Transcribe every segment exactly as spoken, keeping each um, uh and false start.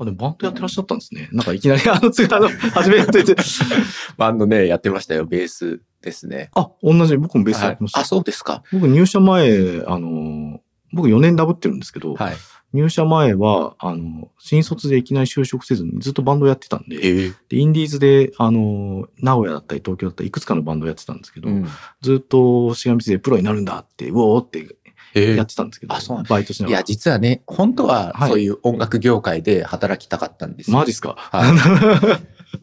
あ、でもバンドやってらっしゃったんですね。なんかいきなりあの、つあの、初めやってて。 バンドね、やってましたよ。ベースですね。 あ、同じ。僕もベースやってました。 はい、あ、そうですか。 僕入社前、あの、僕よねんダブってるんですけど、はい、入社前は、あの、新卒でいきなり就職せずにずっとバンドやってたんで、えー、でインディーズで、あの、名古屋だったり東京だったりいくつかのバンドやってたんですけど、うん、ずっとしがみついてプロになるんだって、うおーってやってたんですけど、 えー、あ、そうバイトしながら。 いや、実はね、本当はそういう音楽業界で働きたかったんですよ。 マジっすか、 はい、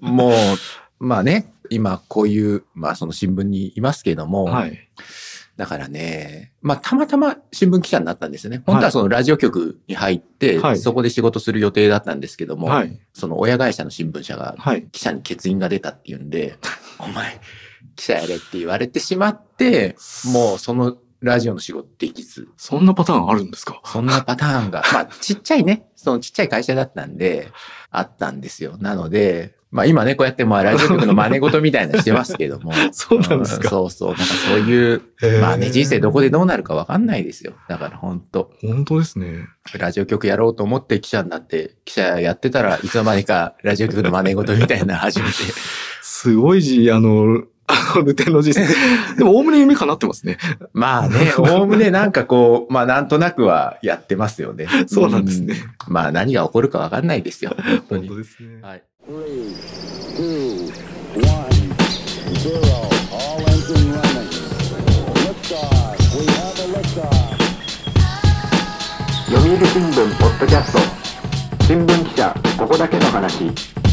もう、まあね、今こういう、まあその新聞にいますけども、はい、だからね、まあたまたま新聞記者になったんですよね。本当はそのラジオ局に入って、はい、そこで仕事する予定だったんですけども、はい、その親会社の新聞社が記者に欠員が出たっていうんで、はい、お前記者やれって言われてしまって、もうそのラジオの仕事できず。 そんなパターンあるんですか？ そんなパターンが、まあちっちゃいね、そのちっちゃい会社だったんで、あったんですよ。なので、まあ今ね、こうやってまあラジオ局の真似事みたいなしてますけども。 そうなんですか、 うん、そうそう。なんかそういう、まあね、人生どこでどうなるかわかんないですよ。だから本当本当ですね。 ラジオ局やろうと思って記者になって、記者やってたらいつの間にかラジオ局の真似事みたいなの始めて。 すごい字、あの、あの、ルテンの字。でも、おおむね夢叶ってますね。 まあね、おおむねなんかこう、まあなんとなくはやってますよね。 そうなんですね。 うん、まあ何が起こるかわかんないですよ。本当に。 本当ですね。 はい。 読売新聞ポッドキャスト、新聞記者ここだけの話。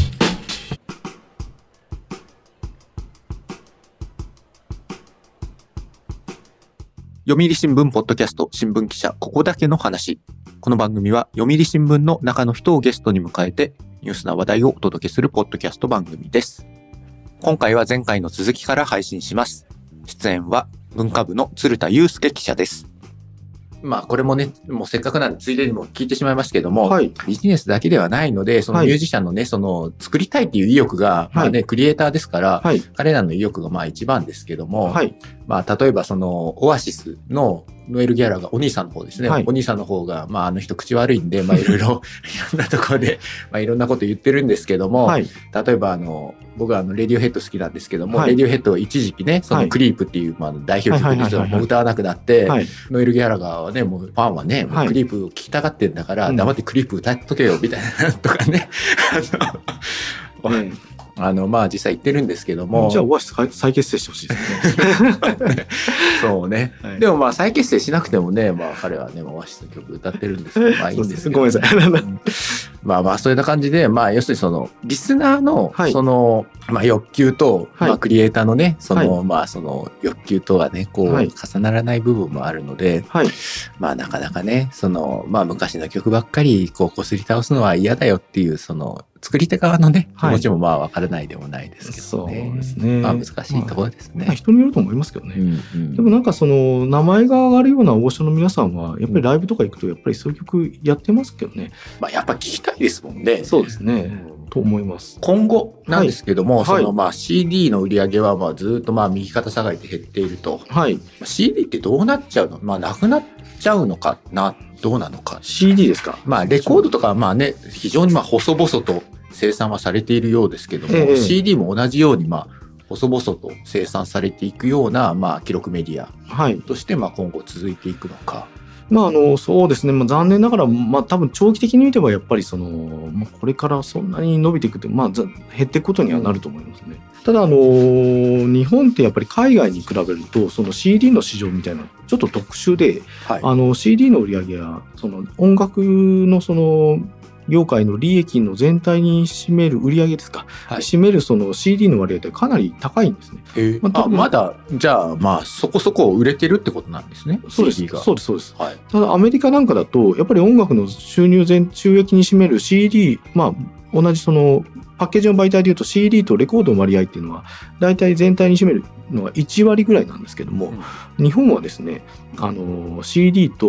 読売新聞ポッドキャスト、新聞記者ここだけの話。この番組は読売新聞の中の人をゲストに迎えてニュースな話題をお届けするポッドキャスト番組です。今回は前回の続きから配信します。出演は文化部の鶴田祐介記者です。まあこれもね、もうせっかくなんでついでにも聞いてしまいますけども、はい、ビジネスだけではないので、そのミュージシャンのね、はい、その作りたいっていう意欲が、まあね、はい、クリエイターですから、はい、彼らの意欲がまあ一番ですけども、はい、まあ例えばそのオアシスのノエル・ギャラがお兄さんの方ですね、はい、お兄さんの方が、まああの人口悪いんで、まあいろいろ、いろんなところで、まあいろんなこと言ってるんですけども、はい、例えばあの、僕はあの、レディオヘッド好きなんですけども、はい、レディオヘッドは一時期ね、そのクリープっていう、まあ代表曲ですが、もう歌わなくなって、はい、ノエル・ギャラガーはね、もうファンはね、もうクリープを聴きたがってんだから、黙ってクリープ歌っとけよ、みたいなとかね。あの、うんあの、まあ実際言ってるんですけども。 じゃあ、オアシス再結成してほしいですね。 そうね、はい。でもまあ再結成しなくてもね、まあ彼はね、オアシスの曲歌ってるんですけど、まあいいんですけど、ね。 ごめんなさい。 まあまあそういう感じで、まあ要するにその、リスナーの、その、はい、まあ欲求と、はい、まあクリエイターのね、その、はい、まあその欲求とはね、こう、はい、重ならない部分もあるので、はい、まあなかなかね、その、まあ昔の曲ばっかり、こう、こすり倒すのは嫌だよっていう、その、作り手側のね、気持ちもまあ分からないでもないですけどね。 そうですね。 まあ難しいところですね。 まあ、人によると思いますけどね。うんうん、でもなんかその、名前が上がるような大御所の皆さんは、やっぱりライブとか行くと、やっぱりそういう曲やってますけどね。 まあやっぱ聞きたいですもんね。 そうですね。うん、と思います。 今後なんですけども、はい、そのまあ シーディー の売り上げはまあずっとまあ右肩下がりで減っていると。はい。シーディー ってどうなっちゃうの？まあなくなっちゃうのかな、どうなのか。 シーディー ですか？ まあレコードとかはまあね、非常にまあ細々と生産はされているようですけども、ええ、シーディー も同じようにまあ細々と生産されていくようなまあ記録メディアとしてまあ今後続いていくのか。はい、 まああのそうですね、まあ、残念ながらまあ多分長期的に見てはやっぱりその、まあ、これからそんなに伸びていくってまあ減っていくことにはなると思いますね。ただあの日本ってやっぱり海外に比べるとその シーディー の市場みたいなちょっと特殊で、はい、あの シーディー の売り上げやその音楽のその業界の利益の全体に占める売り上げですか、はい、占めるその シーディー の割合ってかなり高いんですね。 えーまあ、あまだじゃあまあそこそこ売れてるってことなんですね。 そうですシーディー が。 そうですそうです、はい、ただアメリカなんかだとやっぱり音楽の収入全収益に占める シーディー まあ同じそのパッケージの媒体でいうと シーディー とレコードの割合っていうのは大体全体に占めるのはいちわりぐらいなんですけども、うん、日本はですねあの シーディー と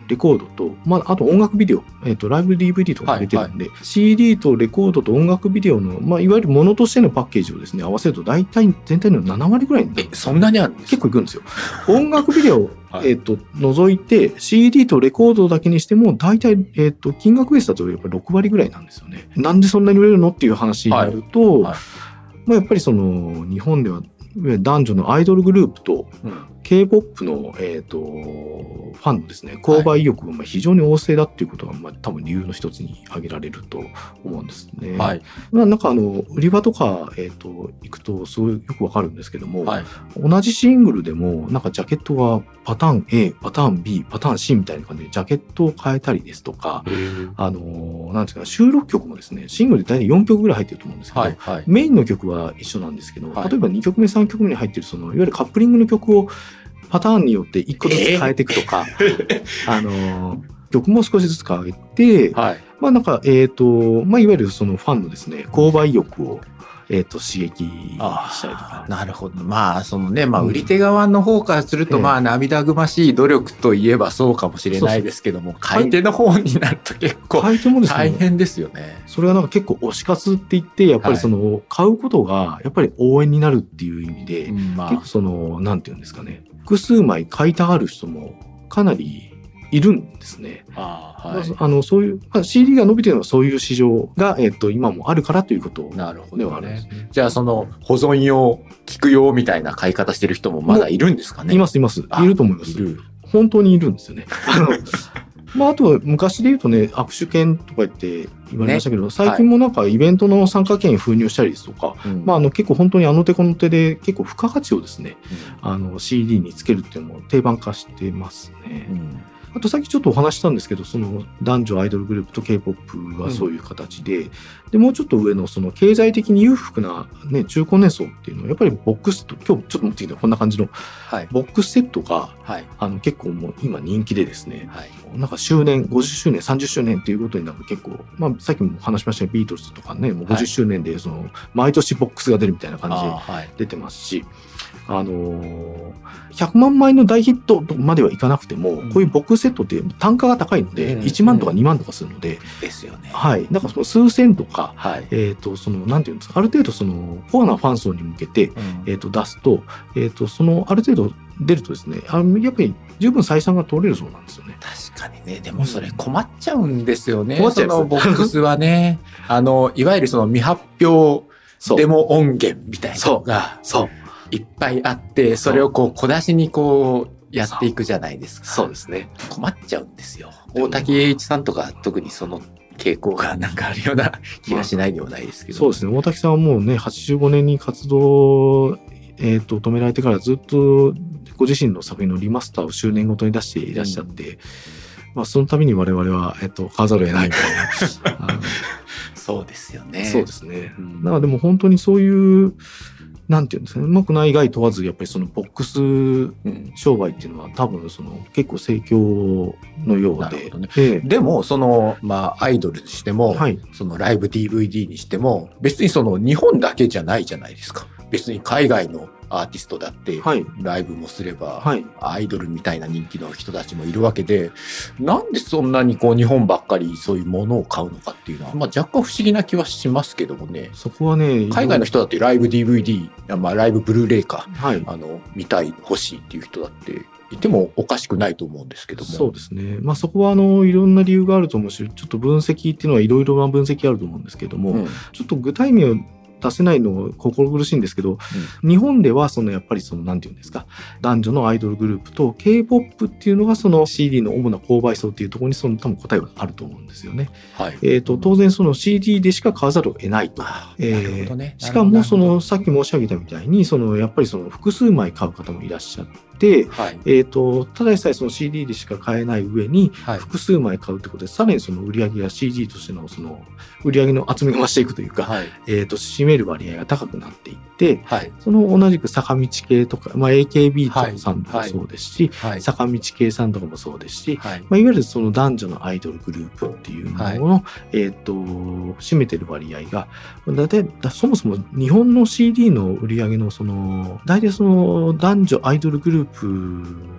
レコードと、まあ、あと音楽ビデオ、えーと、ライブ ディーブイディー とか入れてるんで、はいはい、シーディー とレコードと音楽ビデオの、まあ、いわゆるものとしてのパッケージをですね合わせると大体全体のななわりぐらいにえそんなにあるんですか？ 結構いくんですよ。音楽ビデオはい、えっ、ー、と除いて シーディー とレコードだけにしても大体、えー、と金額ベースだとやっぱりろくわりぐらいなんですよね。なんでそんなに売れるのっていう話になると、はいはい、まあ、やっぱりその日本では男女のアイドルグループと、うん、K-ポップ の、えー、とファンのですね購買意欲が非常に旺盛だっていうことが、まあ、多分理由の一つに挙げられると思うんですね。はい、まあ、なんかあの売り場とか、えー、と行くとすごいよくわかるんですけども、はい、同じシングルでもなんかジャケットがパターン A、パターン B、パターン C みたいな感じでジャケットを変えたりですとか、あのなんですか収録曲もですねシングルで大体よんきょくぐらい入ってると思うんですけど、はいはい、メインの曲は一緒なんですけど、はい、例えばにきょくめさんきょくめに入ってるそのいわゆるカップリングの曲をパターンによっていっこずつ変えていくとか、えー、あの曲も少しずつ変えて、はい、まあなんかえっ、ー、とまあいわゆるそのファンのですね購買意欲をえっ、ー、と刺激したりとか。 なるほど。まあそのねまあ売り手側の方からすると、うん、まあ涙ぐましい努力といえばそうかもしれないですけども、そうそう買い手の方になると結構大変ですよね。 それはなんか結構推し活って言ってやっぱりその、はい、買うことがやっぱり応援になるっていう意味で、うんまあ、結構そのなんていうんですかね複数枚買いたがる人もかなりいるんですね。あ、はい、あのそういう シーディー が伸びているのはそういう市場が、えー、と今もあるからということではあるんですね。 じゃあその保存用聞く用みたいな買い方してる人もまだいるんですかね？ いますいますいると思います。いる本当にいるんですよね。あのまあ、あとは昔で言うとね握手券とか言って言われましたけど、ね、最近もなんかイベントの参加券封入したりですとか、はい、まあ、あの結構本当にあの手この手で結構付加価値をですね、うん、あの シーディー につけるっていうのも定番化してますね。うん、あとさっきちょっとお話したんですけどその男女アイドルグループと K-ポップ はそういう形で、うん、でもうちょっと上のその経済的に裕福な、ね、中高年層っていうのはやっぱりボックスと今日ちょっと持ってきたこんな感じの、はい、ボックスセットが、はい、あの結構もう今人気でですね、はい、なんか周年ごじゅっしゅうねんさんじゅっしゅうねんっていうことになると結構、まあ、さっきも話しましたけどビートルズとかねもうごじゅっしゅうねんでその毎年ボックスが出るみたいな感じで出てますし、あのー、ひゃくまんまいの大ヒットまではいかなくても、うん、こういうボックスセットって単価が高いので、うん、いちまんとかにまんとかするので、 うん、ですよね。 はい。だからその数千とか、はい、えっ、ー、とそのなんていうんですかある程度そのコアなファン層に向けて、うん、えっ、ー、と出すとえっ、ー、とそのある程度出るとですねあのやっぱり十分採算が取れるそうなんですよね。 確かにね。でもそれ困っちゃうんですよね。うん、そのボックスはねあのいわゆるその未発表デモ音源みたいなのがそういっぱいあってそれをこう小出しにこうやっていくじゃないですか。 そうですね。 困っちゃうんですよ。大滝栄一さんとか特にその傾向がなんかあるような気がしないではないですけど、 まあ、そうですね。大滝さんはもうねはちじゅうごねんに活動えー、と止められてからずっとご自身の作品のリマスターを周年ごとに出していらっしゃって、うんまあ、そのために我々は、えー、と買わざるを得ないみたいなそうですよね。 そうですね、うん、だからでも本当にそういうなんていうんですかねうまくない害問わずやっぱりそのボックス商売っていうのは多分その結構盛況のようで、 ねええ、でもそのまあアイドルにしても、はい、そのライブ ディーブイディー にしても別にその日本だけじゃないじゃないですか。別に海外のアーティストだってライブもすれば、はい、アイドルみたいな人気の人たちもいるわけでなんでそんなにこう日本ばっかりそういうものを買うのかっていうのは、まあ、若干不思議な気はしますけどもね。 そこはね海外の人だってライブ ディーブイディー、まあ、ライブブルーレイか、はい、あの見たい欲しいっていう人だっていてもおかしくないと思うんですけども。 そうですね。まあそこはあのいろんな理由があると思うしちょっと分析っていうのはいろいろな分析あると思うんですけども、うん、ちょっと具体名を出せないの心苦しいんですけど、うん、日本ではそのやっぱりそのなんていうんですか男女のアイドルグループと K-ポップ っていうのがその シーディー の主な購買層っていうところにその多分答えはあると思うんですよね。はい、えーと当然その シーディー でしか買わざるを得ないと。えーね、しかもそのさっき申し上げたみたいにそのやっぱりその複数枚買う方もいらっしゃってではいえー、とただでさえその シーディー でしか買えない上に複数枚買うということで、はい、さらにその売り上げや シーディー としてのその売り上げの厚みが増していくというか、はいえー、と占める割合が高くなっていって、はい、その同じく坂道系とか、まあ、エーケービー さんとかもそうですし、はいはい、坂道系さんとかもそうですし、はいまあ、いわゆるその男女のアイドルグループっていうものの、はいえー、と占めてる割合がだいたいそもそも日本の シーディー の売り上げのその大体その男女アイドルグループ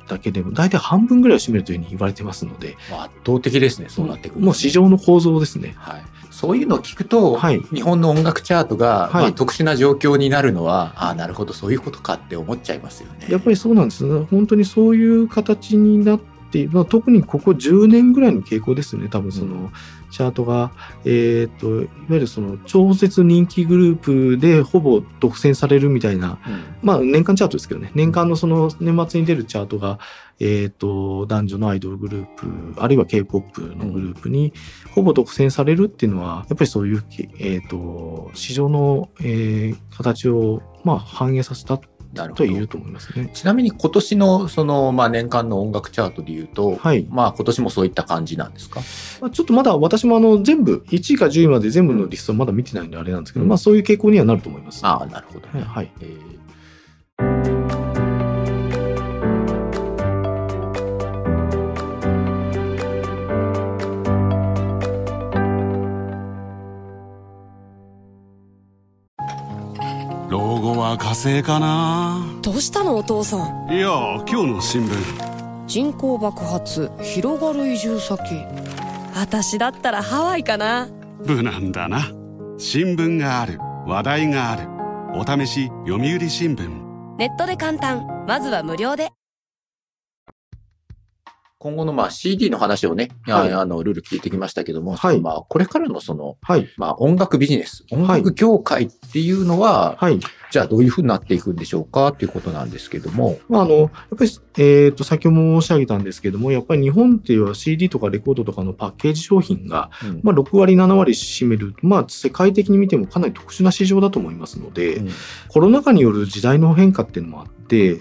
だけでも大体半分ぐらいを占めるというふうに言われてますので、 まあ、圧倒的ですね、そうなってくるとね、 もう市場の構造ですね。 はい、そういうのを聞くと、 はい、 日本の音楽チャートが、 はい、 まあ、特殊な状況になるのは、ああなるほどそういうことかって思っちゃいますよね。 やっぱりそうなんですね。本当にそういう形になって、まあ、特にここじゅうねんぐらいの傾向ですね。多分その、うんチャートが、えっと、いわゆるその超絶人気グループでほぼ独占されるみたいな、うん、まあ年間チャートですけどね、年間のその年末に出るチャートが、えっと、男女のアイドルグループ、あるいは K-ポップ のグループにほぼ独占されるっていうのは、やっぱりそういう、えっと、市場の、えー、形を、まあ、反映させたと言えると思いますね。 ちなみに今年のその、まあ、年間の音楽チャートでいうと、はい、まあ今年もそういった感じなんですか？ まあ、ちょっとまだ私もあの全部いちいからじゅういまで全部のリストはまだ見てないんであれなんですけど、うん、まあそういう傾向にはなると思います。 ああ、なるほど、ね。 はい。えー老後は火星かな。 どうしたのお父さん。 いや今日の新聞、 人口爆発広がる移住先。私だったらハワイかな。 無難だな。新聞がある、話題がある。お試し読売新聞。 ネットで簡単、まずは無料で。 今後のまあ シーディー の話をね、はい、あのルール聞いてきましたけども、 はい、 まあこれからのその、 はい、 まあ音楽ビジネス、音楽業界っていうのは、はい、じゃあどういうふうになっていくんでしょうかっていうことなんですけども。 まああの、やっぱり、えっと、先ほども申し上げたんですけども、やっぱり日本っていうのは シーディー とかレコードとかのパッケージ商品が、うん、まあろくわり、ななわり占める、まあ世界的に見てもかなり特殊な市場だと思いますので、うん、コロナ禍による時代の変化っていうのもあって、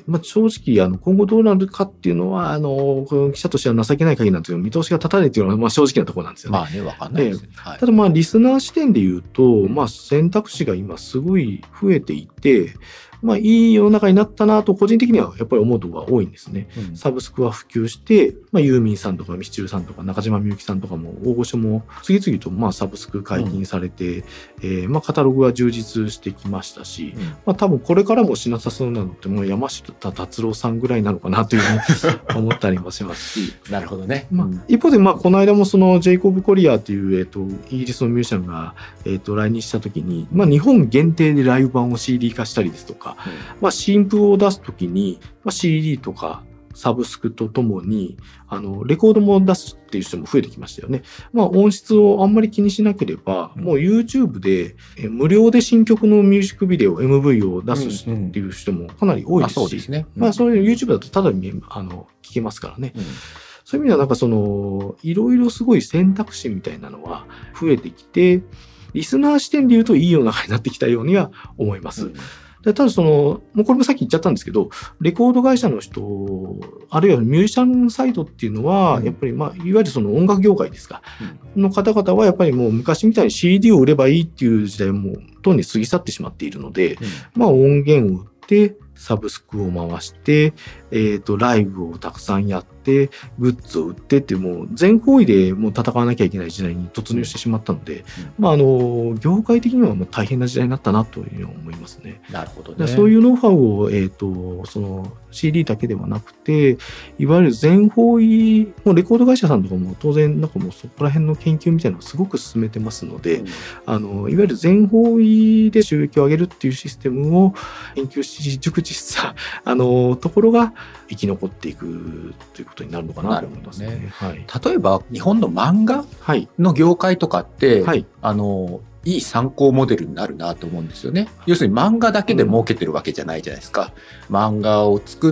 まあ正直、あの、今後どうなるかっていうのは、あの、記者としては情けない限りなんですけど、見通しが立たないっていうのは、まあ正直なところなんですよね。 まあね、わかんないですね。はい、 ただまあリスナー視点で言うと、まあ選択肢が今すごい増えていて、まあいい世の中になったなと個人的にはやっぱり思うところが多いんですね。うん、サブスクは普及して、まあユーミンさんとかミスチルさんとか中島みゆきさんとかも大御所も次々とまあサブスク解禁されて、うん、えー、まあカタログは充実してきましたし、うん、まあ多分これからもしなさそうなのってもう山下達郎さんぐらいなのかなというふうに思ったりもしますし。 なるほどね。 まあ、一方でまあこの間もそのジェイコブ・コリアーというえっとイギリスのミュージシャンがえっと来日した時に、まあ日本限定でライブ版を シーディー 化したりですとか、うん、まあ新譜を出すときに、まあ、シーディー とかサブスクとともにあのレコードも出すっていう人も増えてきましたよね。まあ音質をあんまり気にしなければ、うん、もう YouTube でえ無料で新曲のミュージックビデオ エムブイ を出すっていう人もかなり多いですし、 うんうん、あ、そうですね。 うん、まあそういう YouTube だとただにあの聞けますからね。うん、そういう意味ではなんかそのいろいろすごい選択肢みたいなのは増えてきて、リスナー視点で言うといい世の中になってきたようには思います。うん、でただその、もうこれもさっき言っちゃったんですけど、レコード会社の人、あるいはミュージシャンサイドっていうのは、やっぱりまあ、いわゆるその音楽業界ですか、うん、の方々はやっぱりもう昔みたいに シーディー を売ればいいっていう時代もとうに過ぎ去ってしまっているので、うん、まあ音源を売って、サブスクを回して、えっと、ライブをたくさんやって、グッズを売ってって、もう全方位でもう戦わなきゃいけない時代に突入してしまったので、うん、まあ、あの、業界的にはもう大変な時代になったなというふうに思いますね。 なるほどね。 そういうノウハウを、えっと、その シーディー だけではなくて、いわゆる全方位、もうレコード会社さんとかも当然、なんかもうそこら辺の研究みたいなのをすごく進めてますので、うん、あの、いわゆる全方位で収益を上げるっていうシステムを研究し、熟知したあのところが生き残っていくということになるのかなと思いますね。ね、はい、 例えば日本の漫画の業界とかって、はい、あのいい参考モデルになるなと思うんですよね。要するに漫画だけで儲けてるわけじゃないじゃないですか。うん、漫画を作って、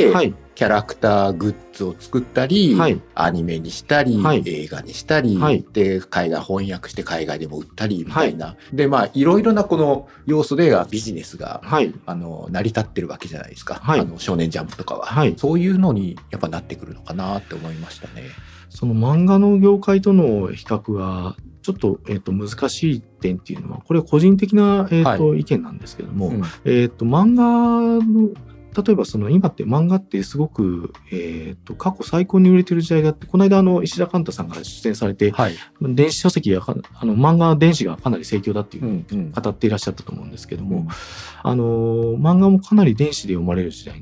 はい、キャラクターグッズを作ったり、はい、アニメにしたり、はい、映画にしたり、はい、で海外翻訳して海外でも売ったりみたいな、はい、でまあいろいろなこの要素でビジネスが、はい、あの成り立ってるわけじゃないですか、はい、あの少年ジャンプとかは、はい、そういうのにやっぱなってくるのかなって思いましたね。 その漫画の業界との比較はちょっと、えー、と難しい点っていうのはこれは個人的な、えーとはい、意見なんですけども、うん、えー、と漫画の例えばその今って漫画ってすごく、えー、と過去最高に売れてる時代があって、この間あの石田寛太さんが出演されて、はい、電子書籍やあの漫画電子がかなり盛況だっていうふうに語っていらっしゃったと思うんですけども、うんうん、あの漫画もかなり電子で読まれる時代になって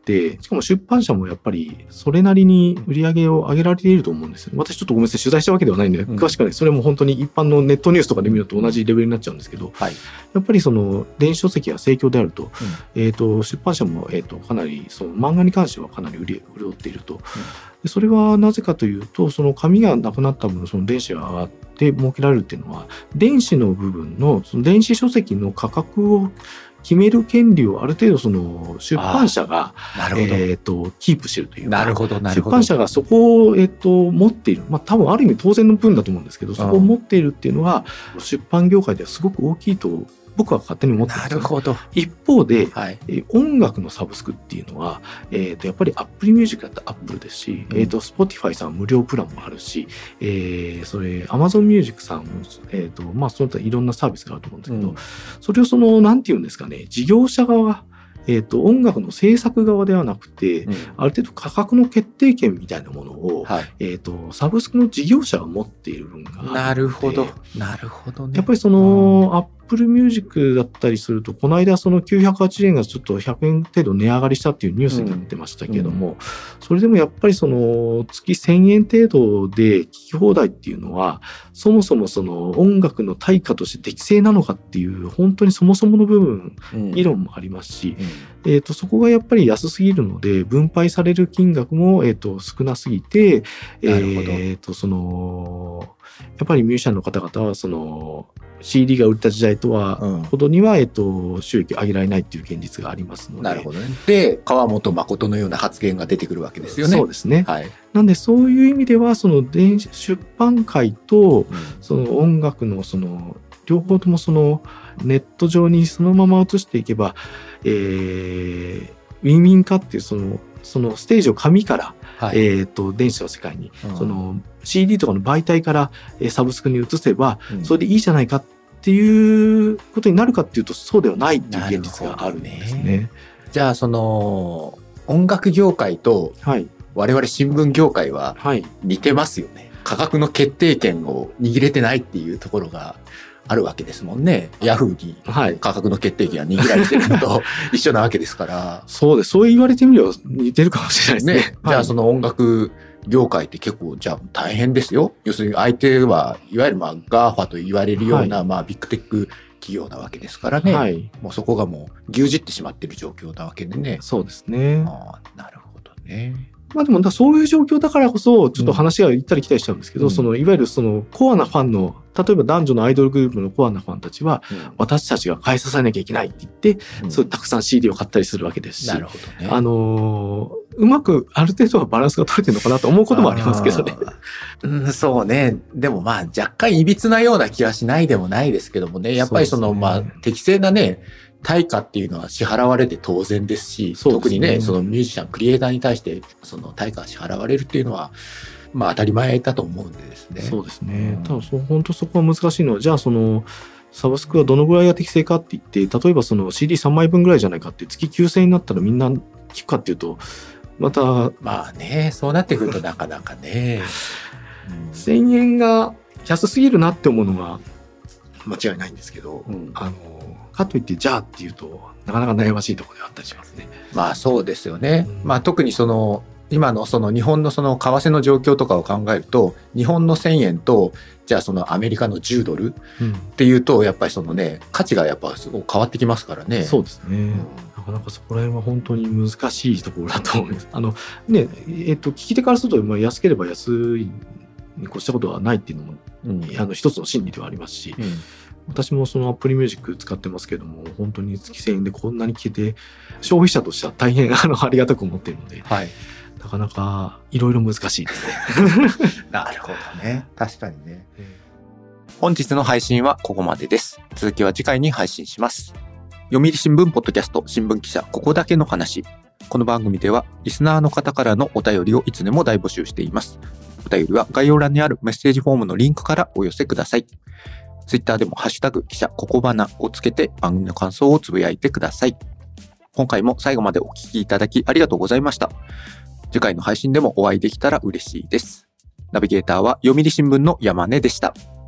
て、しかも出版社もやっぱりそれなりに売り上げを上げられていると思うんですよ。私ちょっとごめんなさい、取材したわけではないので、 うん、 詳しくはない。それも本当に一般のネットニュースとかで見ると同じレベルになっちゃうんですけど、 はい、 やっぱりその電子書籍が盛況であると、 うん、 えー、と出版社も、えー、とかなりその漫画に関してはかなり売り潤っていると、うん、でそれはなぜかというと、その紙がなくなった分、その電子が上がって設けられるっていうのは、電子の部分のその電子書籍の価格を決める権利をある程度その出版社がえとキープしているというか、 なるほどなるほど、 出版社がそこをえと持っている、まあ多分ある意味当然の分だと思うんですけど、そこを持っているっていうのは出版業界ではすごく大きいと僕は勝手に思ってます。 なるほど。 一方で、 はい、 え音楽のサブスクっていうのは、えー、とやっぱり Apple Music だったら Apple ですし、うん、えー、と Spotify さん無料プランもあるし、えー、それ Amazon Music さんも、えーとまあ、その他いろんなサービスがあると思うんですけど、うん、それをそのなんていうんですかね、事業者側、えー、と音楽の制作側ではなくて、うん、ある程度価格の決定権みたいなものを、はい、えー、とサブスクの事業者が持っている分があるので、 なるほどなるほどね。 やっぱりその、Apple Music だったりすると、この間そのきゅうひゃくはちじゅうえんがちょっとひゃくえん程度値上がりしたっていうニュースになってましたけれども、うんうん、それでもやっぱりその月せんえん程度で聞き放題っていうのは、そもそもその音楽の対価として適正なのかっていう、本当にそもそもの部分、議論もありますし、うん、えーと、そこがやっぱり安すぎるので、分配される金額も、えーと、少なすぎて、えーと、その、やっぱりミュージシャンの方々はその シーディー が売れた時代とは、うん、ほどには、えっと、収益を上げられないっていう現実がありますので。 なるほどね。で、川本誠のような発言が出てくるわけですよね。 そうですね。 はい。 なんでそういう意味では、その電子出版界と、うん、その音楽のその両方ともそのネット上にそのまま移していけば、えー、ウィンウィン化っていうそのそのステージを紙から、はい、えー、と電子の世界に、うん、その シーディー とかの媒体から、えー、サブスクに移せば、うん、それでいいじゃないかっていうことになるかっていうと、そうではないっていう現実があるんですね。ね、 じゃあその音楽業界と我々新聞業界は似てますよね。はい、価格の決定権を握れてないっていうところがあるわけですもんね。ヤフーに価格の決定権が握られてるのと一緒なわけですから。 そうです。そう言われてみれば似てるかもしれないですね。ね、 じゃあその音楽業界って結構じゃあ大変ですよ。要するに相手はいわゆるまあ ガーファ と言われるような、はい、まあビッグテック企業なわけですからね。はい、もうそこがもう牛耳ってしまってる状況なわけでね。 そうですね。 ああ、なるほどね。 まあでもそういう状況だからこそちょっと話が行ったり来たりしちゃうんですけど、うん、そのいわゆるそのコアなファンの、例えば男女のアイドルグループのコアなファンたちは、うん、私たちが買い支えなきゃいけないって言って、うん、そうたくさん シーディー を買ったりするわけですし、なるほどね、あのー、うまくある程度はバランスが取れてるのかなと思うこともありますけどね。 うん、そうね。でもまあ若干いびつなような気はしないでもないですけどもね。やっぱりその、ね、まあ適正なね、対価っていうのは支払われて当然ですし、ですね、特にね、そのミュージシャン、クリエイターに対してその対価が支払われるっていうのは、まあ当たり前だと思うんでですね。 そうですね。うん、ただそう本当そこは難しいのは、じゃあそのサブスクはどのぐらいが適正かって言って、例えばその シーディーさん 枚分ぐらいじゃないかって月きゅうせんえんになったらみんな聞くかっていうと、またまあね、そうなってくるとなかなかね、 うん、せんえんが安すぎるなって思うのが間違いないんですけど、うん、あのかといってじゃあっていうとなかなか悩ましいところであったりしますね。 まあそうですよね。うん、まあ特にその今のその日本のその為替の状況とかを考えると、日本のせんえんとじゃあそのアメリカのじゅうドルっていうと、やっぱりそのね価値がやっぱすごく変わってきますからね。 そうですね。うん、なかなかそこら辺は本当に難しいところだと思います。あのねえっと聞き手からすると、まあ安ければ安いに越したことはないっていうのも、うん、あの一つの心理ではありますし。うん、私もその Apple Music 使ってますけども、本当に月せんえんでこんなに聞けて、消費者としては大変あのありがたく思っているので、はい、なかなかいろいろ難しいですね。 なるほどね。確かにね。本日の配信はここまでです。続きは次回に配信します。読売新聞ポッドキャスト新聞記者ここだけの話。この番組ではリスナーの方からのお便りをいつでも大募集しています。お便りは概要欄にあるメッセージフォームのリンクからお寄せください。ツイッターでもハッシュタグ記者ここばなをつけて番組の感想をつぶやいてください。今回も最後までお聞きいただきありがとうございました。次回の配信でもお会いできたら嬉しいです。ナビゲーターは読売新聞の山根でした。